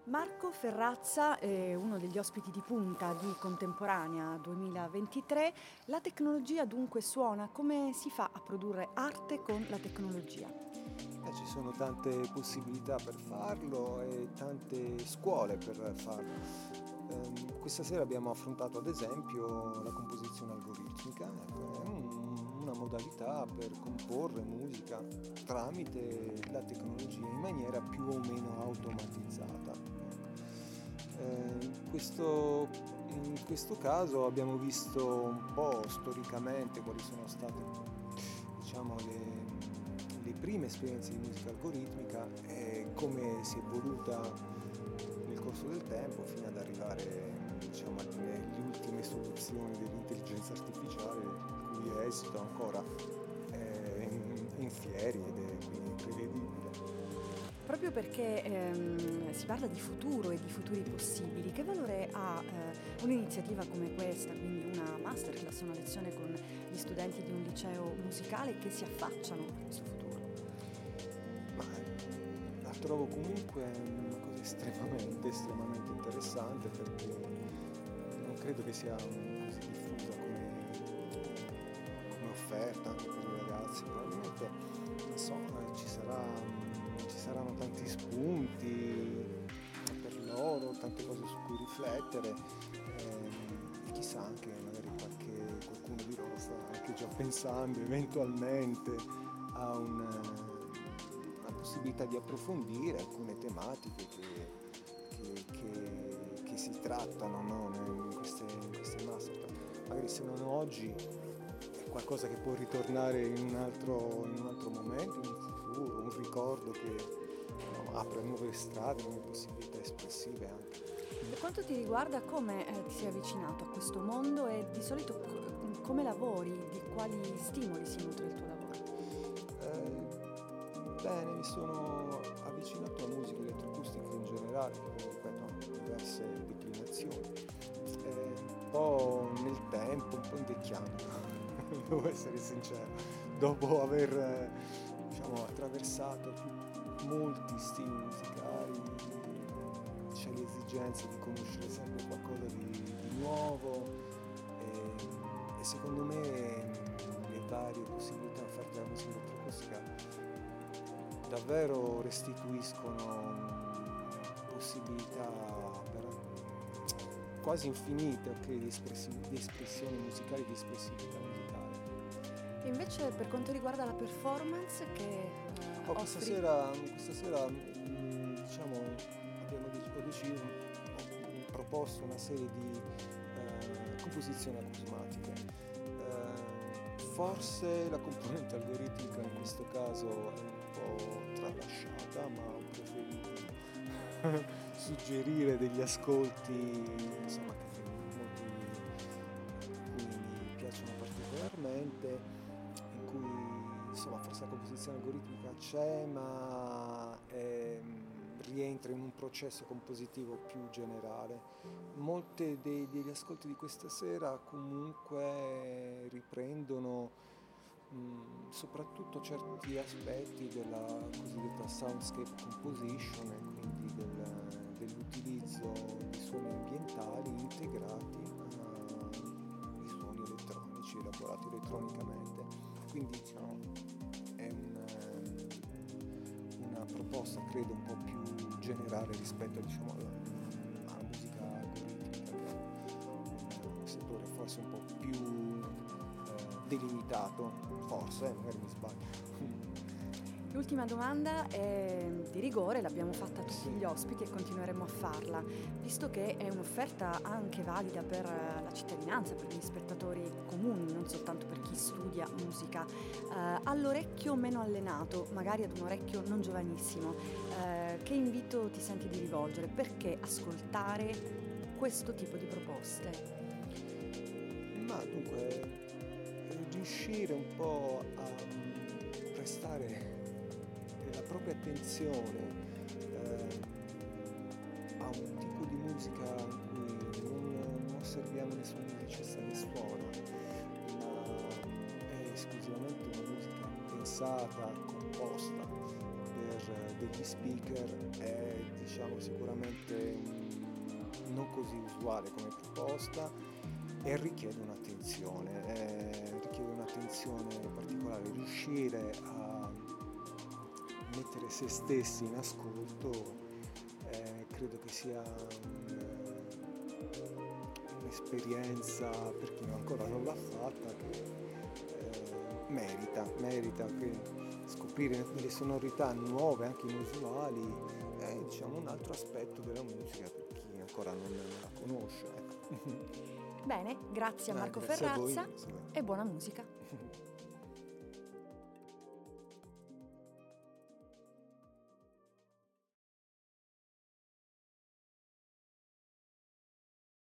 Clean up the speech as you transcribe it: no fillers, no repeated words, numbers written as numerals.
Marco Ferrazza è uno degli ospiti di punta di Contemporanea 2023. La tecnologia dunque suona. Come si fa a produrre arte con la tecnologia? Ci sono tante possibilità per farlo e tante scuole per farlo. Questa sera abbiamo affrontato ad esempio la composizione algoritmica, è una modalità per comporre musica tramite la tecnologia in maniera più o meno automatizzata. In questo caso abbiamo visto un po' storicamente quali sono state, diciamo, le prime esperienze di musica algoritmica e come si è evoluta nel corso del tempo fino ad arrivare, diciamo, alle ultime soluzioni dell'intelligenza artificiale, il cui esito ancora è in fieri ed è quindi incredibile. Proprio perché si parla di futuro e di futuri possibili, che valore ha un'iniziativa come questa, quindi una masterclass, una lezione con gli studenti di un liceo musicale che si affacciano a questo futuro? Ma la trovo comunque una cosa estremamente interessante, perché non credo che sia così diffusa come offerta anche per i ragazzi. Probabilmente, insomma, ci saranno tanti spunti per loro, tante cose su cui riflettere, e chissà, anche magari qualcuno di loro sta anche già pensando eventualmente a una possibilità di approfondire alcune tematiche che si trattano, no? in queste masterclass. Magari se non oggi è qualcosa che può ritornare in un altro momento, in un futuro, un ricordo che, no, apre nuove strade, nuove possibilità espressive anche. Per quanto ti riguarda, come ti sei avvicinato a questo mondo e di solito come lavori, di quali stimoli si nutre il tuo lavoro? Bene, mi sono avvicinato alla musica elettroacustica in generale, che ripeto ha diverse declinazioni, un po' nel tempo, un po' invecchiando, devo essere sincero, dopo aver diciamo, attraversato molti stili musicali, c'è l'esigenza di conoscere sempre qualcosa di nuovo, e secondo me le varie possibilità offerte dalla musica elettroacustica davvero restituiscono possibilità quasi infinite, ok, di espressione musicale, di espressività musicale. E invece per quanto riguarda la performance che Questa offri? sera diciamo, ho proposto una serie di composizioni acusmatiche. Forse la componente algoritmica in questo caso è un po' tralasciata, ma ho preferito suggerire degli ascolti, insomma, che mi piacciono particolarmente, in cui insomma forse la composizione algoritmica c'è, ma rientra in un processo compositivo più generale. Molti degli ascolti di questa sera comunque riprendono soprattutto certi aspetti della cosiddetta soundscape composition, e quindi dell'utilizzo di suoni ambientali integrati ai suoni elettronici elaborati elettronicamente. Quindi diciamo, è una proposta credo un po' più generale rispetto, diciamo, alla musica algoritmica, che è un settore forse un po' più delimitato, forse, magari mi sbaglio. L'ultima domanda è di rigore, l'abbiamo fatta a tutti gli ospiti e continueremo a farla, visto che è un'offerta anche valida per la cittadinanza, per gli spettatori comuni, non soltanto per chi studia musica, all'orecchio meno allenato, magari ad un orecchio non giovanissimo, che invito ti senti di rivolgere? Perché ascoltare questo tipo di proposte? Ma dunque, riuscire un po' a prestare la propria attenzione a un tipo di musica in cui non osserviamo nessun musicista che suona, ma è esclusivamente una musica pensata, composta per degli speaker è, diciamo, sicuramente non così usuale come proposta e richiede un'attenzione particolare, riuscire a mettere se stessi in ascolto. Credo che sia un'esperienza, per chi ancora non l'ha fatta, che merita che scoprire delle sonorità nuove, anche inusuali, è, diciamo, un altro aspetto della musica per chi ancora non la conosce. Ecco. Bene, grazie a Marco Grazie a voi, Ferrazza e buona musica.